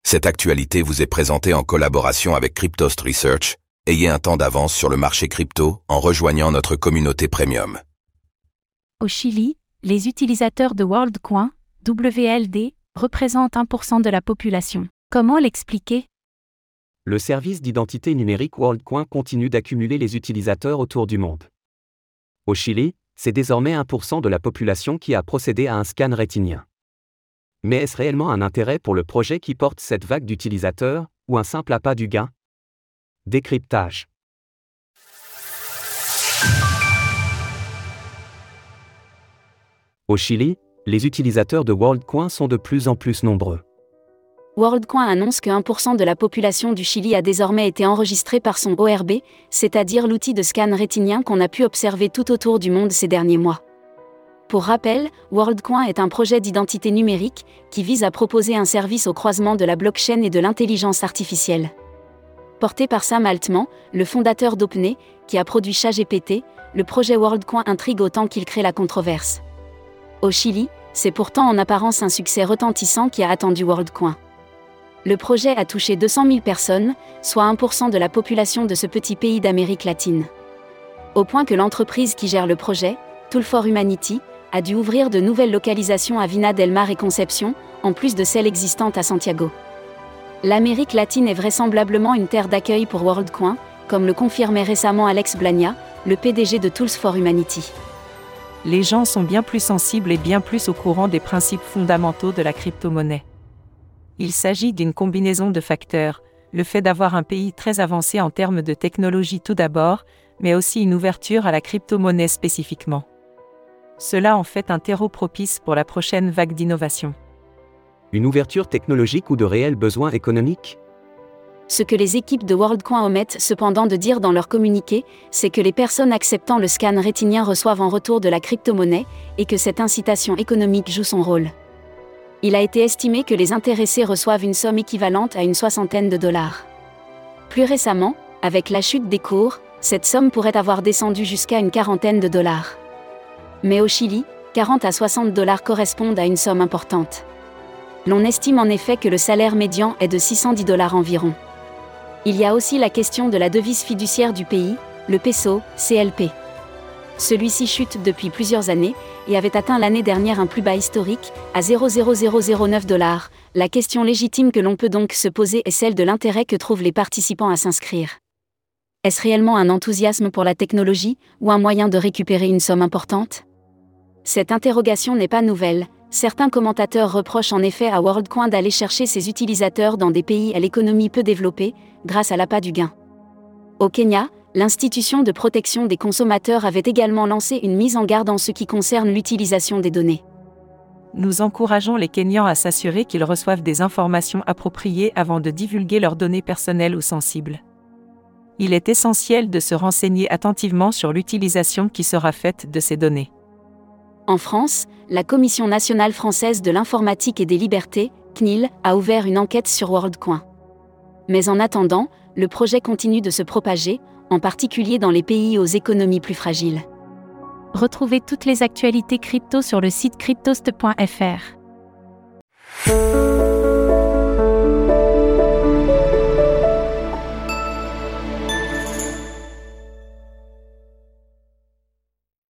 Cette actualité vous est présentée en collaboration avec Cryptost Research. Ayez un temps d'avance sur le marché crypto en rejoignant notre communauté premium. Au Chili, les utilisateurs de WorldCoin, WLD, représentent 1% de la population. Comment l'expliquer ? Le service d'identité numérique WorldCoin continue d'accumuler les utilisateurs autour du monde. Au Chili, c'est désormais 1% de la population qui a procédé à un scan rétinien. Mais est-ce réellement un intérêt pour le projet qui porte cette vague d'utilisateurs, ou un simple appât du gain ? Décryptage. Au Chili, les utilisateurs de WorldCoin sont de plus en plus nombreux. WorldCoin annonce que 1% de la population du Chili a désormais été enregistrée par son ORB, c'est-à-dire l'outil de scan rétinien qu'on a pu observer tout autour du monde ces derniers mois. Pour rappel, WorldCoin est un projet d'identité numérique qui vise à proposer un service au croisement de la blockchain et de l'intelligence artificielle. Porté par Sam Altman, le fondateur d'OpenAI, qui a produit ChatGPT, le projet WorldCoin intrigue autant qu'il crée la controverse. Au Chili, c'est pourtant en apparence un succès retentissant qui a attendu WorldCoin. Le projet a touché 200 000 personnes, soit 1% de la population de ce petit pays d'Amérique latine. Au point que l'entreprise qui gère le projet, Tool for Humanity, a dû ouvrir de nouvelles localisations à Vina del Mar et Concepción, en plus de celles existantes à Santiago. L'Amérique latine est vraisemblablement une terre d'accueil pour WorldCoin, comme le confirmait récemment Alex Blania, le PDG de Tools for Humanity. Les gens sont bien plus sensibles et bien plus au courant des principes fondamentaux de la crypto-monnaie. Il s'agit d'une combinaison de facteurs, le fait d'avoir un pays très avancé en termes de technologie tout d'abord, mais aussi une ouverture à la crypto-monnaie spécifiquement. Cela en fait un terreau propice pour la prochaine vague d'innovation. Une ouverture technologique ou de réels besoins économiques ? Ce que les équipes de WorldCoin omettent cependant de dire dans leur communiqué, c'est que les personnes acceptant le scan rétinien reçoivent en retour de la crypto-monnaie et que cette incitation économique joue son rôle. Il a été estimé que les intéressés reçoivent une somme équivalente à une soixantaine de dollars. Plus récemment, avec la chute des cours, cette somme pourrait avoir descendu jusqu'à une quarantaine de dollars. Mais au Chili, 40 à 60 dollars correspondent à une somme importante. L'on estime en effet que le salaire médian est de 610 dollars environ. Il y a aussi la question de la devise fiduciaire du pays, le peso, CLP. Celui-ci chute depuis plusieurs années et avait atteint l'année dernière un plus bas historique, à 0,0009 dollars. La question légitime que l'on peut donc se poser est celle de l'intérêt que trouvent les participants à s'inscrire. Est-ce réellement un enthousiasme pour la technologie ou un moyen de récupérer une somme importante ? Cette interrogation n'est pas nouvelle. Certains commentateurs reprochent en effet à WorldCoin d'aller chercher ses utilisateurs dans des pays à l'économie peu développée, grâce à l'appât du gain. Au Kenya, l'institution de protection des consommateurs avait également lancé une mise en garde en ce qui concerne l'utilisation des données. Nous encourageons les Kenyans à s'assurer qu'ils reçoivent des informations appropriées avant de divulguer leurs données personnelles ou sensibles. Il est essentiel de se renseigner attentivement sur l'utilisation qui sera faite de ces données. En France, la Commission nationale française de l'informatique et des libertés, CNIL, a ouvert une enquête sur WorldCoin. Mais en attendant, le projet continue de se propager, en particulier dans les pays aux économies plus fragiles. Retrouvez toutes les actualités crypto sur le site cryptost.fr.